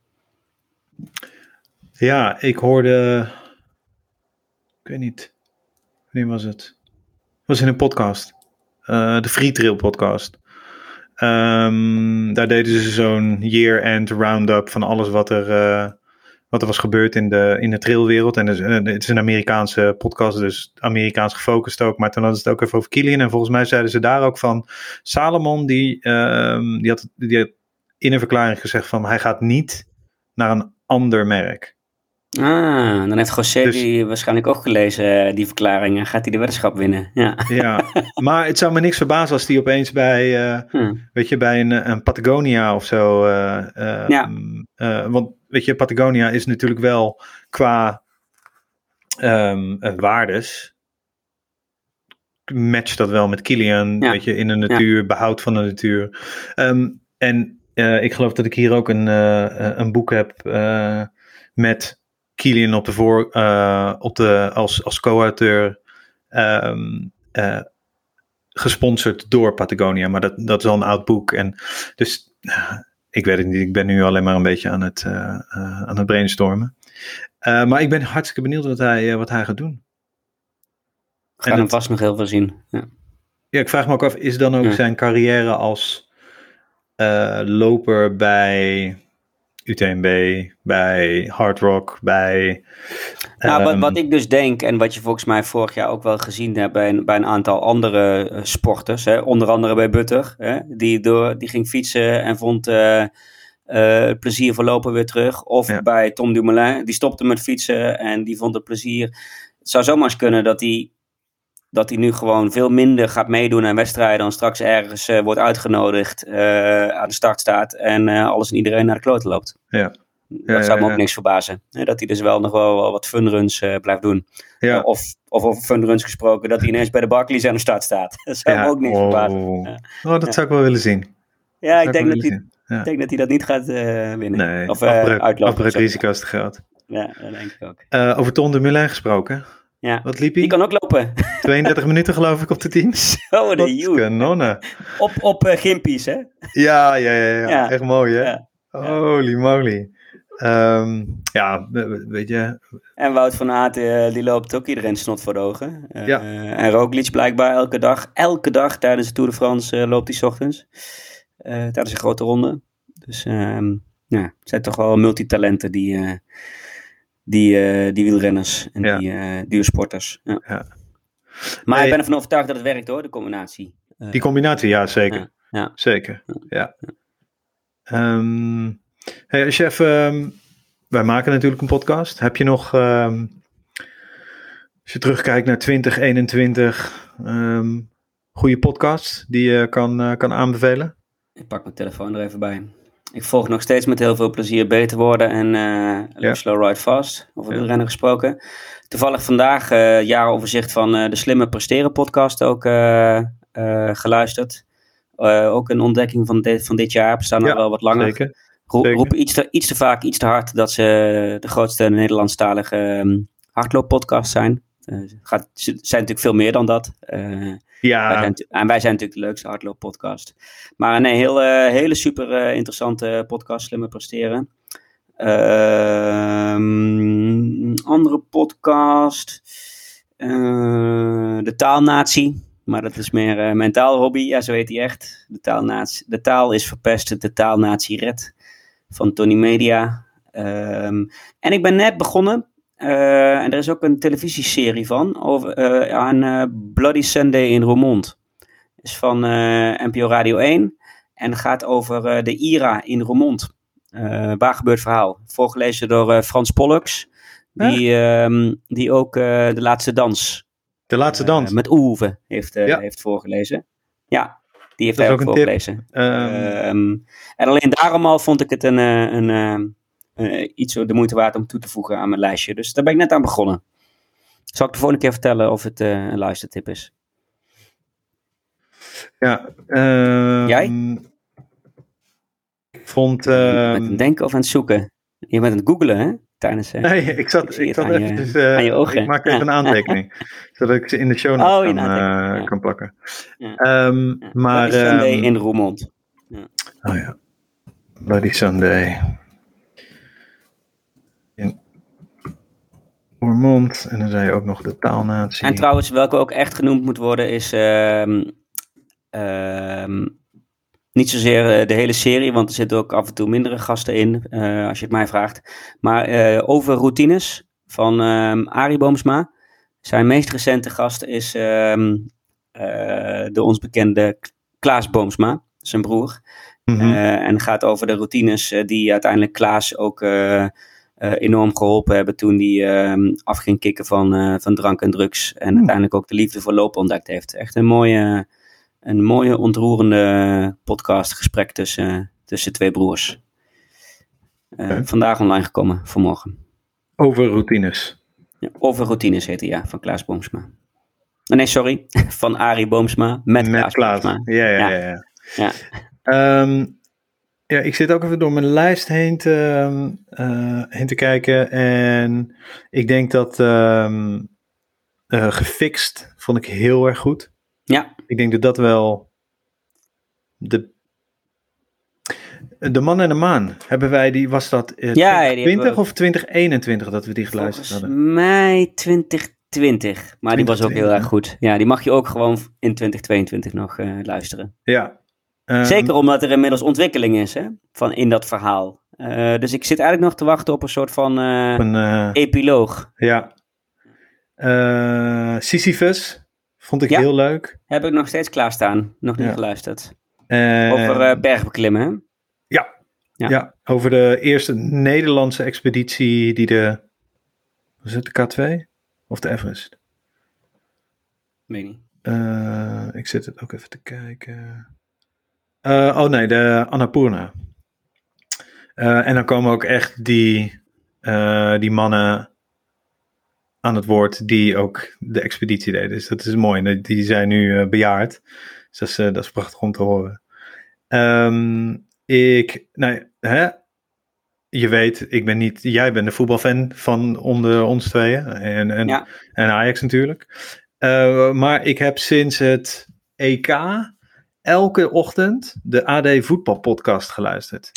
Ja, ik hoorde, ik weet niet, wie was het? Het was in een podcast, de Free Trail podcast. Daar deden ze zo'n year-end roundup van alles wat er was gebeurd in de trailwereld. En het is een Amerikaanse podcast, dus Amerikaans gefocust ook. Maar toen hadden ze het ook even over Kilian. En volgens mij zeiden ze daar ook van Salomon, die had in een verklaring gezegd van hij gaat niet naar een ander merk. Dan heeft José die waarschijnlijk ook gelezen, die verklaring. En gaat hij de weddenschap winnen. Ja, maar het zou me niks verbazen als hij opeens bij, weet je, bij een Patagonia of zo. Want, weet je, Patagonia is natuurlijk wel qua waardes. Matcht dat wel met Kilian, weet je, in de natuur, behoud van de natuur. Ik geloof dat ik hier ook een boek heb met Kilian als co-auteur gesponsord door Patagonia, maar dat is al een oud boek. En dus ik weet het niet, ik ben nu alleen maar een beetje aan het brainstormen. Maar ik ben hartstikke benieuwd wat hij gaat doen. We gaan hem vast nog heel veel zien. Ja, ik vraag me ook af, is dan ook zijn carrière als loper bij UTMB, bij Hard Rock, bij... Wat ik dus denk, en wat je volgens mij vorig jaar ook wel gezien hebt bij een aantal andere sporters, hè, onder andere bij Butter, hè, die ging fietsen en vond het plezier voor lopen weer terug. Of bij Tom Dumoulin, die stopte met fietsen en die vond het plezier. Het zou zomaar eens kunnen dat hij nu gewoon veel minder gaat meedoen aan wedstrijden dan straks ergens wordt uitgenodigd, aan de start staat en alles en iedereen naar de kloten loopt. Ja. Dat zou me ook niks verbazen. Dat hij dus wel nog wel wat funruns blijft doen. Ja. Of over funruns gesproken, dat hij ineens bij de Barkleys aan de start staat. Dat zou me ook niks verbazen. Dat zou ik wel willen zien. Ja, ik denk dat hij dat niet gaat winnen. Nee, Of afbreuk, uitlopen. afbreukrisico is te groot. Ja, dat denk ik ook. Over Tom Dumoulin gesproken. Ja. Wat liep Die hij? kan ook lopen. 32 minuten geloof ik op de 10. Zo, de Wat joe. kanonnen. Op gimpies, hè? Ja. Echt mooi, hè? Ja. Holy moly. Weet je. En Wout van Aert, die loopt ook iedereen snot voor de ogen. Ja. En Roglic blijkbaar elke dag tijdens de Tour de France loopt hij 's ochtends. Tijdens een grote ronde. Dus het zijn toch wel multitalenten die wielrenners en die duursporters. Ja. Ja. Maar ik ben ervan overtuigd dat het werkt hoor, de combinatie. Die combinatie, ja, zeker. Ja. Zeker, ja. Hey, chef, wij maken natuurlijk een podcast. Heb je nog, als je terugkijkt naar 2021, goede podcasts die je kan aanbevelen? Ik pak mijn telefoon er even bij. Ik volg nog steeds met heel veel plezier Beter Worden en Live Slow Ride Fast, over wielrennen gesproken. Toevallig vandaag jaaroverzicht van de Slimmer Presteren podcast ook geluisterd. Ook een ontdekking van dit jaar, bestaan al wel wat langer. Zeker. Roepen iets te vaak, iets te hard dat ze de grootste Nederlandstalige hardlooppodcast zijn. Zijn natuurlijk veel meer dan dat. Wij zijn natuurlijk de leukste hardlooppodcast. Maar nee, hele super interessante podcast, Slimmer Presteren. Andere podcast. De Taalnatie. Maar dat is meer mentaal hobby. Ja, zo heet hij echt. De taal is verpest. De Taalnatie Red. Van Tony Media. En ik ben net begonnen. En er is ook een televisieserie van. Aan Bloody Sunday in Roermond. Is van NPO Radio 1. En gaat over de IRA in Roermond. Waar gebeurt verhaal. Voorgelezen door Frans Pollux. Die ook De Laatste Dans. De Laatste Dans. Met Oehoeven heeft voorgelezen. Ja, die heeft hij ook voorgelezen. En alleen daarom al vond ik het iets de moeite waard om toe te voegen aan mijn lijstje. Dus daar ben ik net aan begonnen. Zal ik de volgende keer vertellen of het een luistertip is? Ja. Jij? Ik vond... Je bent aan het denken of aan het zoeken? Je bent aan het googlen, hè? Tijdens, nee, ik zat even... aan je ogen. Ik maak even een aantekening. Zodat ik ze in de show notes kan plakken. Ja. Maar... Bloody Sunday in Roermond. Ja. Oh ja. Bloody Sunday. In Roermond. En dan zei je ook nog de Taalnatie. En trouwens, welke ook echt genoemd moet worden is... niet zozeer de hele serie, want er zitten ook af en toe mindere gasten in, als je het mij vraagt. Maar over routines van Arie Boomsma. Zijn meest recente gast is de ons bekende Klaas Boomsma, zijn broer. Mm-hmm. En gaat over de routines die uiteindelijk Klaas ook enorm geholpen hebben toen hij af ging kicken van drank en drugs. En uiteindelijk ook de liefde voor lopen ontdekt heeft. Echt een mooie ontroerende podcastgesprek tussen twee broers. Vandaag online gekomen, vanmorgen. Over routines. Ja, over routines heet hij, ja, van Klaas Boomsma. Nee, sorry, van Arie Boomsma met Klaas Boomsma. Ja. Ja, ik zit ook even door mijn lijst heen te kijken. En ik denk dat Gefixt vond ik heel erg goed. Ja. Ik denk dat wel de Man en de Maan, hebben wij was dat 2020 of 2021 dat we die geluisterd hadden? Volgens mij 2020, maar die was ook heel erg goed. Ja, die mag je ook gewoon in 2022 nog luisteren. Ja. Zeker omdat er inmiddels ontwikkeling is in dat verhaal. Dus ik zit eigenlijk nog te wachten op een soort van epiloog. Ja. Sisyphus vond ik heel leuk. Heb ik nog steeds klaarstaan. Nog niet geluisterd. Over bergbeklimmen, hè? Ja, over de eerste Nederlandse expeditie die was het de K2? Of de Everest? Weet niet. Ik zit het ook even te kijken. De Annapurna. En dan komen ook echt die mannen aan het woord die ook de expeditie deden. Dus dat is mooi. Die zijn nu bejaard. Dus dat is prachtig om te horen. Je weet, jij bent de voetbalfan van onder ons tweeën. En Ajax natuurlijk. Maar ik heb sinds het EK elke ochtend de AD voetbalpodcast geluisterd.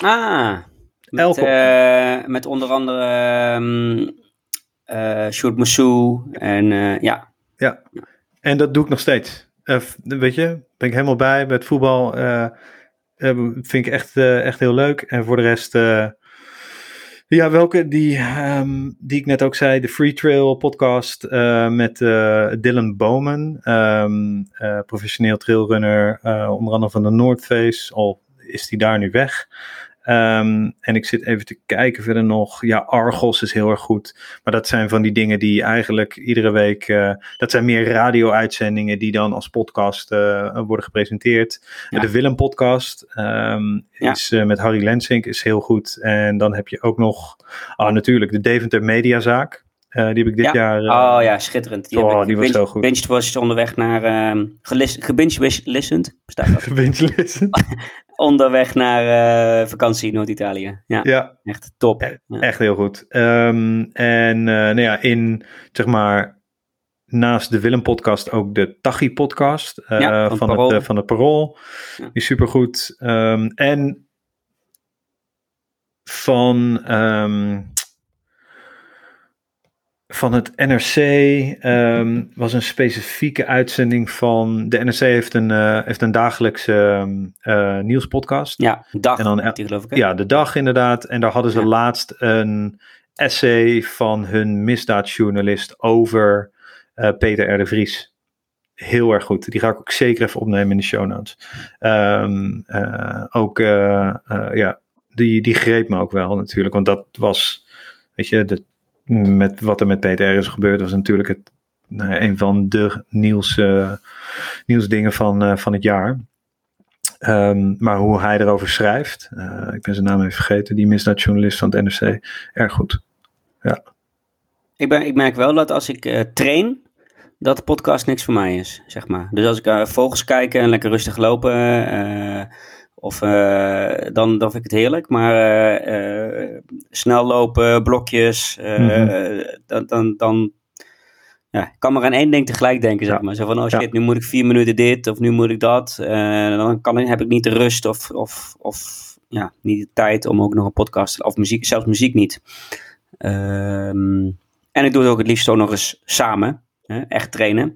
Met onder andere Sjoerd Moussou en ja. Ja, en dat doe ik nog steeds. Weet je, ben ik helemaal bij met voetbal. Vind ik echt heel leuk. En voor de rest... welke die ik net ook zei, de Free Trail podcast met Dylan Bowman, professioneel trailrunner, onder andere van de North Face, al is die daar nu weg. En ik zit even te kijken verder nog. Ja, Argos is heel erg goed. Maar dat zijn van die dingen die eigenlijk iedere week... dat zijn meer radio-uitzendingen die dan als podcast worden gepresenteerd. Ja. De Willem podcast is met Harry Lensink is heel goed. En dan heb je ook nog natuurlijk de Deventer Mediazaak. Die heb ik dit jaar... schitterend. Die was zo goed. Binge was onderweg naar... Gebinge-listened. Bestaat dat? Gebinge-listened. Onderweg naar vakantie in Noord-Italië. Ja. Echt top. Echt heel goed. In, zeg maar... Naast de Willem podcast ook de Tachi podcast. Van het Parool. Ja. Die is supergoed. En van het NRC was een specifieke uitzending van... De NRC heeft een dagelijkse nieuwspodcast. Ja, Dag, geloof ik. Hè? Ja, de Dag inderdaad. En daar hadden ze laatst een essay van hun misdaadjournalist over Peter R. de Vries. Heel erg goed. Die ga ik ook zeker even opnemen in de show notes. Die greep me ook wel natuurlijk. Want dat was, weet je... Met wat er met Peter R. is gebeurd, was natuurlijk een van de nieuwsdingen van het jaar. Maar hoe hij erover schrijft, ik ben zijn naam even vergeten, die misdaadjournalist van het NRC, erg goed. Ja. Ik merk wel dat als ik train, dat de podcast niks voor mij is, zeg maar. Dus als ik vogels kijk en lekker rustig lopen... dan vind ik het heerlijk, maar snel lopen, blokjes, dan ik kan maar aan één ding tegelijk denken, zeg maar. Zo van, shit, nu moet ik 4 minuten dit, of nu moet ik dat. Dan heb ik niet de rust of niet de tijd om ook nog een podcast, of muziek, zelfs muziek niet. En ik doe het ook het liefst ook nog eens samen, echt trainen.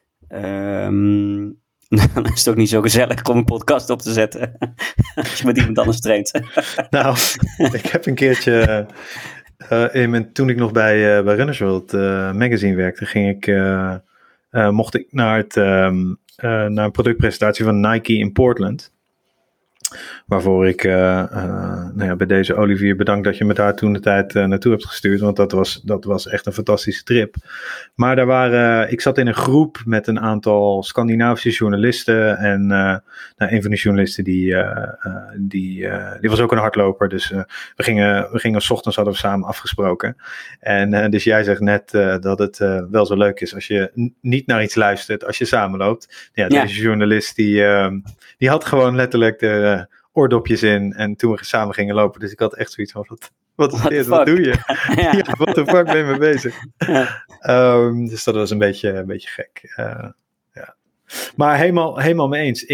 Dan is het ook niet zo gezellig om een podcast op te zetten. Als je met iemand anders traint. Nou, ik heb een keertje... toen ik nog bij Runners World magazine werkte... mocht ik naar een productpresentatie van Nike in Portland. Waarvoor ik bij deze Olivier bedankt dat je me daar toen de tijd naartoe hebt gestuurd. Want dat was echt een fantastische trip. Maar ik zat in een groep met een aantal Scandinavische journalisten. En een van die journalisten die was ook een hardloper. Dus we gingen 's ochtends hadden we samen afgesproken. En dus jij zegt net dat het wel zo leuk is als je niet naar iets luistert als je samenloopt. Ja, deze journalist die had gewoon letterlijk de oordopjes in en toen we samen gingen lopen. Dus ik had echt zoiets van, wat is dit? Wat doe je? Wat de fuck ben je mee bezig? Dus dat was een beetje gek. Maar helemaal mee eens.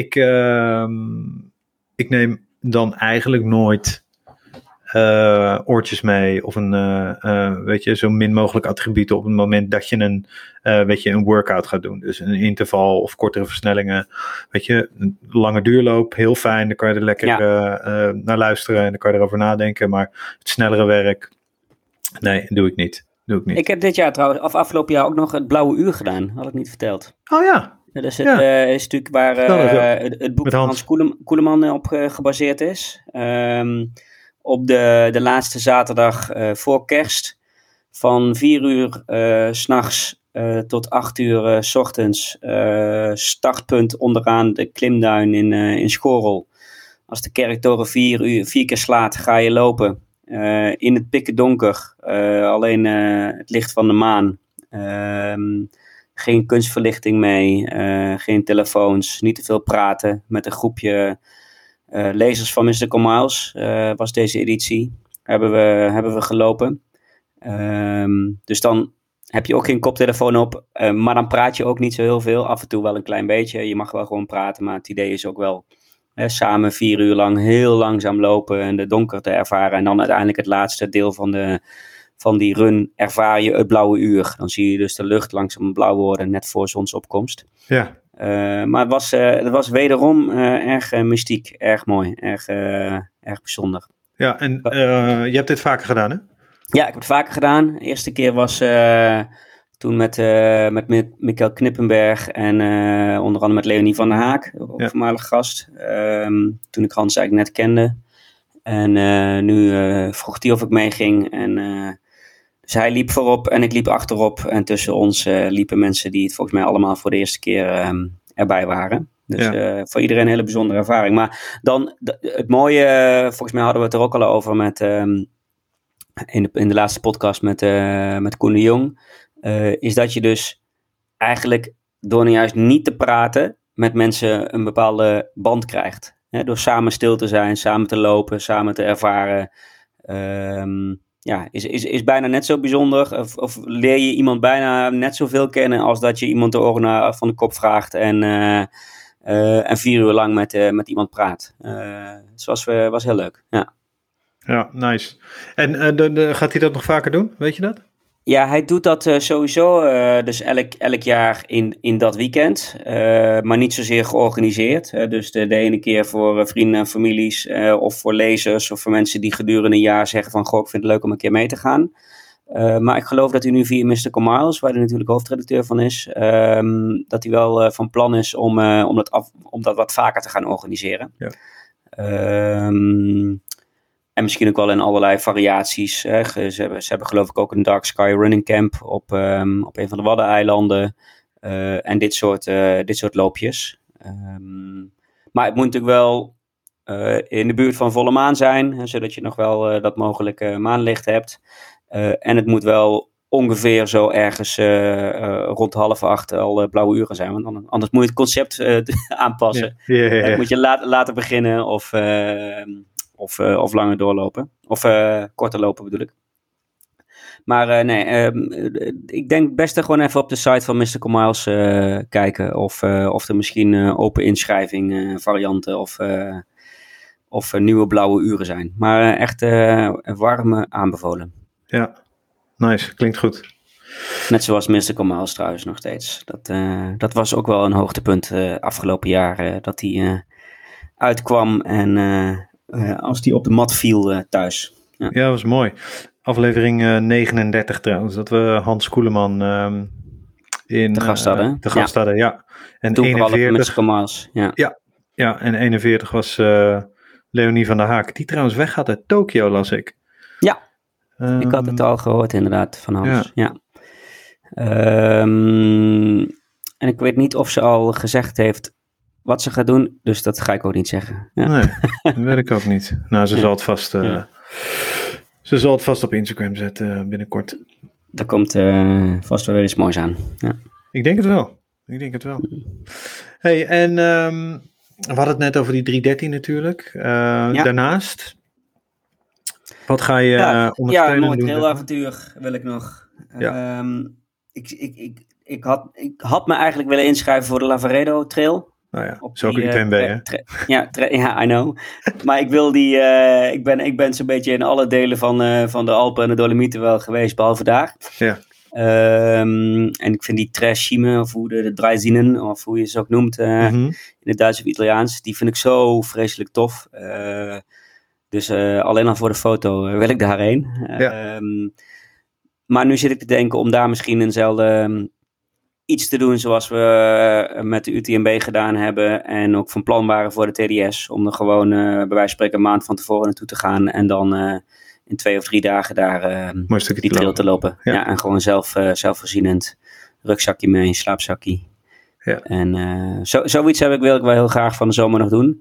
Ik neem dan eigenlijk nooit oortjes mee of zo min mogelijk attributen op het moment dat je een workout gaat doen. Dus een interval of kortere versnellingen. Een lange duurloop, heel fijn. Dan kan je er lekker naar luisteren en dan kan je erover nadenken. Maar het snellere werk, nee, doe ik niet. Ik heb dit jaar trouwens, afgelopen jaar ook nog het Blauwe Uur gedaan. Had ik niet verteld. Oh ja. Dat is natuurlijk waar het boek van Hans Koeleman op gebaseerd is. Op de laatste zaterdag voor kerst. Van 4 uur 's nachts tot 8 uur 's ochtends. Startpunt onderaan de klimduin in Schorel. Als de kerktoren 4 keer slaat, ga je lopen. In het pikken donker. Alleen het licht van de maan. Geen kunstverlichting mee. Geen telefoons. Niet te veel praten. Met een groepje Lezers van Mystical Miles was deze editie. Hebben we gelopen. Dus dan heb je ook geen koptelefoon op. Maar dan praat je ook niet zo heel veel. Af en toe wel een klein beetje. Je mag wel gewoon praten. Maar het idee is ook wel samen 4 uur lang heel langzaam lopen. En de donkerte ervaren. En dan uiteindelijk het laatste deel van die run ervaar je het blauwe uur. Dan zie je dus de lucht langzaam blauw worden. Net voor zonsopkomst. Ja. Maar het was wederom erg mystiek. Erg mooi. Erg bijzonder. Ja, en je hebt dit vaker gedaan, hè? Ja, ik heb het vaker gedaan. De eerste keer was toen met Mikkel Knippenberg en onder andere met Leonie van der Haak, ook voormalig gast. Toen ik Hans eigenlijk net kende. En nu vroeg hij of ik meeging. En dus hij liep voorop en ik liep achterop. En tussen ons liepen mensen die het volgens mij allemaal voor de eerste keer erbij waren. Dus voor iedereen een hele bijzondere ervaring. Maar dan het mooie, volgens mij hadden we het er ook al over met... In de laatste podcast met Koen de Jong, is dat je dus eigenlijk door nou juist niet te praten met mensen een bepaalde band krijgt. Door samen stil te zijn, samen te lopen, samen te ervaren. Is bijna net zo bijzonder. Of leer je iemand bijna net zoveel kennen als dat je iemand de oren van de kop vraagt en 4 uur lang met iemand praat. Dus was heel leuk, ja. Ja, nice. En gaat hij dat nog vaker doen? Weet je dat? Ja, hij doet dat sowieso dus elk jaar in dat weekend. Maar niet zozeer georganiseerd. Dus de ene keer voor vrienden en families of voor lezers of voor mensen die gedurende een jaar zeggen van goh, ik vind het leuk om een keer mee te gaan. Maar ik geloof dat hij nu via Mystical Miles, waar hij natuurlijk hoofdredacteur van is, dat hij wel van plan is om dat wat vaker te gaan organiseren. Ja. En misschien ook wel in allerlei variaties. Ze hebben geloof ik ook een Dark Sky Running Camp op een van de Waddeneilanden. En dit soort loopjes. Maar het moet natuurlijk wel in de buurt van volle maan zijn. Zodat je nog wel dat mogelijke maanlicht hebt. En het moet wel ongeveer zo ergens rond 7:30 al blauwe uren zijn. Want anders moet je het concept aanpassen. Yeah. Moet je later beginnen of langer doorlopen. Of korter lopen bedoel ik. Maar ik denk best gewoon even op de site van Mystical Miles kijken. Of er misschien open inschrijving varianten of nieuwe blauwe uren zijn. Maar echt warm aanbevolen. Ja, nice. Klinkt goed. Net zoals Mystical Miles trouwens nog steeds. Dat was ook wel een hoogtepunt afgelopen jaar. Dat die uitkwam en... als die op de mat viel thuis. Ja, dat was mooi. Aflevering 39 trouwens. Dat we Hans Koeleman te gast hadden. Hadden, ja. En toen 41, met Skamals. Ja, en 41 was Leonie van der Haak. Die trouwens weggaat uit Tokio, las ik. Ja, ik had het al gehoord inderdaad van Hans. Ja. En ik weet niet of ze al gezegd heeft wat ze gaat doen, dus dat ga ik ook niet zeggen. Ja. Nee, dat weet ik ook niet. Nou, ze zal het vast... Ze zal het vast op Instagram zetten binnenkort. Daar komt vast wel weer iets moois aan. Ja. Ik denk het wel. Hey, en we hadden het net over die 313 natuurlijk. Daarnaast, wat ga je ondersteunen doen? Ja, een mooi trailavontuur wil ik nog. Ja. Ik had me eigenlijk willen inschrijven voor de Lavaredo Trail. Nou ja, zo ook UTMB, hè? I know. Maar ik wil ik ben zo'n beetje in alle delen van de Alpen en de Dolomieten wel geweest, behalve daar. Ja. En ik vind die Trashime, of de Draisinen, of hoe je ze ook noemt, in het Duits of Italiaans, die vind ik zo vreselijk tof. Dus alleen al voor de foto wil ik daarheen. Ja. Maar nu zit ik te denken om daar misschien eenzelfde... iets te doen zoals we met de UTMB gedaan hebben en ook van plan waren voor de TDS, om er gewoon bij wijze van spreken een maand van tevoren naartoe te gaan en dan in 2 of 3 dagen daar die trail te lopen. Ja, en gewoon zelfvoorzienend, rugzakje mee, slaapzakje. Ja. En zoiets wil ik wel heel graag van de zomer nog doen.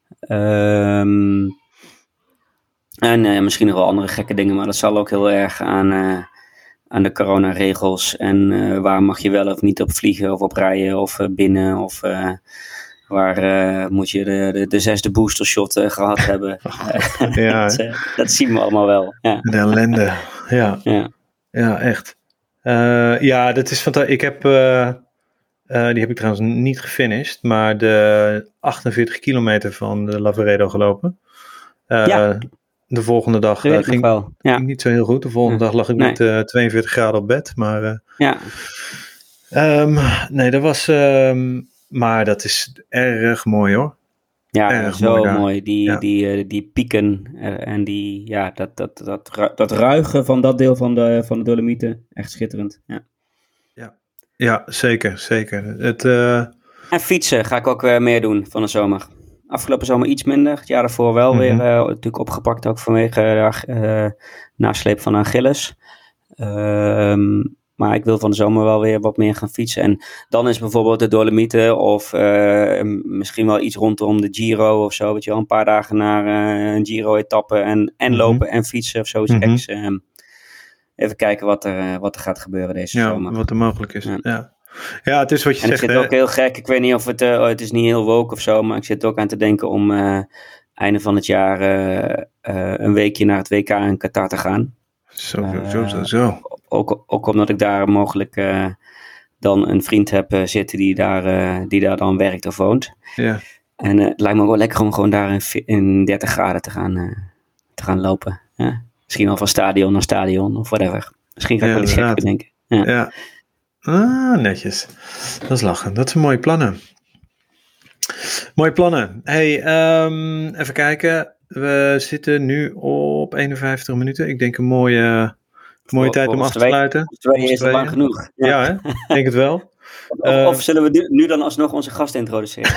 En misschien nog wel andere gekke dingen, maar dat zal ook heel erg aan de coronaregels en waar mag je wel of niet op vliegen of op rijden of binnen of Waar moet je de 6e boostershot gehad hebben. Dat zien we allemaal wel. Ja. De ellende, ja. Ja, echt. Dat is fantastisch. Ik heb, die heb ik trouwens niet gefinished, maar de 48 kilometer van de Lavaredo gelopen. De volgende dag ging niet zo heel goed. De volgende dag lag ik met 42 graden op bed. Maar nee, dat was... maar dat is erg mooi hoor. Ja, erg zo mooi. Die pieken en dat ruigen van dat deel van de Dolomieten. Echt schitterend. Ja, zeker. En fietsen ga ik ook meer doen van de zomer. Afgelopen zomer iets minder. Het jaar daarvoor wel weer natuurlijk opgepakt. Ook vanwege de nasleep van Achilles. Maar ik wil van de zomer wel weer wat meer gaan fietsen. En dan is bijvoorbeeld de Dolomieten of misschien wel iets rondom de Giro of zo. Weet je wel, een paar dagen naar een Giro-etappe en lopen en fietsen of zoiets geks. Even kijken wat er gaat gebeuren deze zomer. Wat er mogelijk is. Ja, het is wat je zegt. En ik zit ook heel gek. Ik weet niet of het is niet heel woke of zo. Maar ik zit ook aan te denken om einde van het jaar een weekje naar het WK in Qatar te gaan. Zo. Ook omdat ik daar mogelijk dan een vriend heb zitten die daar dan werkt of woont. Ja. En het lijkt me wel lekker om gewoon daar in 30 graden te gaan lopen. Ja? Misschien wel van stadion naar stadion of whatever. Misschien ga ik wel iets geks bedenken. Ja. Netjes. Dat is lachen. Dat zijn mooie plannen. Hey, even kijken. We zitten nu op 51 minuten. Ik denk een mooie tijd om af te sluiten. 2 is al lang genoeg. Ja, hè? Ik denk het wel. Of zullen we nu dan alsnog onze gast introduceren?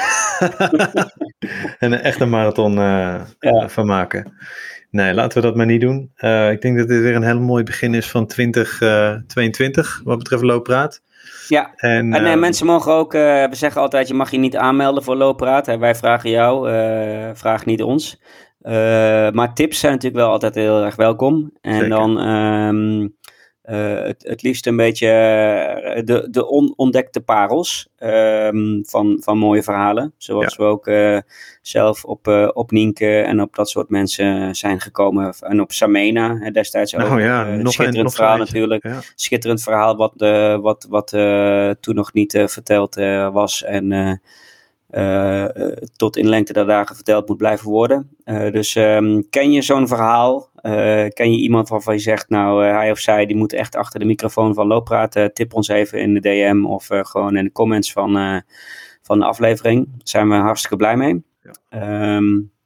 En echt een marathon van maken. Nee, laten we dat maar niet doen. Ik denk dat dit weer een heel mooi begin is van 2022, wat betreft Looppraat. Ja, en mensen mogen ook, we zeggen altijd, je mag je niet aanmelden voor Looppraat. Wij vragen jou, vraag niet ons. Maar tips zijn natuurlijk wel altijd heel erg welkom. En zeker. Dan het liefst een beetje de onontdekte parels van mooie verhalen. Zoals we ook zelf op Nienke en op dat soort mensen zijn gekomen. En op Samena destijds ook. Schitterend verhaal natuurlijk. Ja. Schitterend verhaal wat toen nog niet verteld was. En tot in lengte der dagen verteld moet blijven worden. Dus ken je zo'n verhaal? Ken je iemand waarvan je zegt, nou hij of zij die moet echt achter de microfoon van Looppraat, tip ons even in de DM of gewoon in de comments van de aflevering. Daar zijn we hartstikke blij mee. Ja.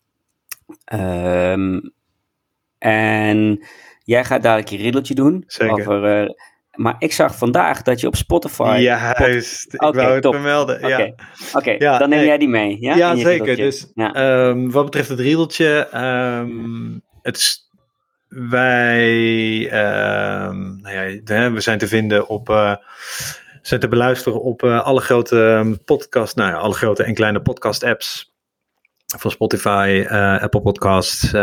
En jij gaat dadelijk je riddeltje doen. Zeker. Over, maar ik zag vandaag dat je op Spotify... Ja, juist. Ik wou het vermelden. Oké, dan neem jij die mee. Ja, zeker. Dus wat betreft het riedeltje... we zijn te vinden zijn te beluisteren op alle grote podcast... alle grote en kleine podcast apps. Van Spotify, Apple Podcasts...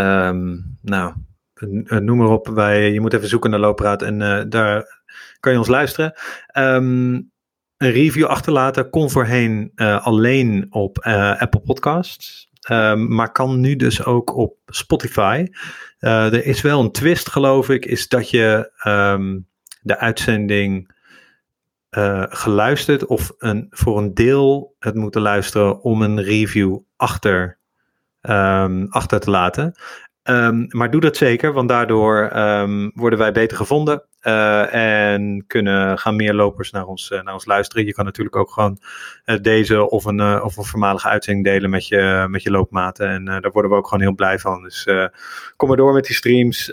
noem maar op. Je moet even zoeken naar Looppraat en daar kan je ons luisteren. Een review achterlaten kon voorheen alleen op Apple Podcasts. Maar kan nu dus ook op Spotify. Er is wel een twist, geloof ik, is dat je de uitzending geluisterd of voor een deel het moet luisteren om een review achter te laten. Maar doe dat zeker, want daardoor worden wij beter gevonden en gaan meer lopers naar ons luisteren. Je kan natuurlijk ook gewoon deze of een voormalige uitzending delen met je loopmaten. En daar worden we ook gewoon heel blij van. Dus kom maar door met die streams.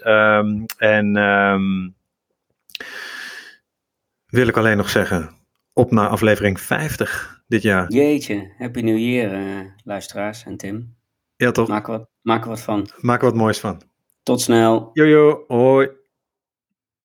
Wil ik alleen nog zeggen, op naar aflevering 50 dit jaar. Jeetje, Happy New Year, luisteraars en Tim. Ja, toch? Maak er wat van. Maak er wat moois van. Tot snel. Jojo, hoi.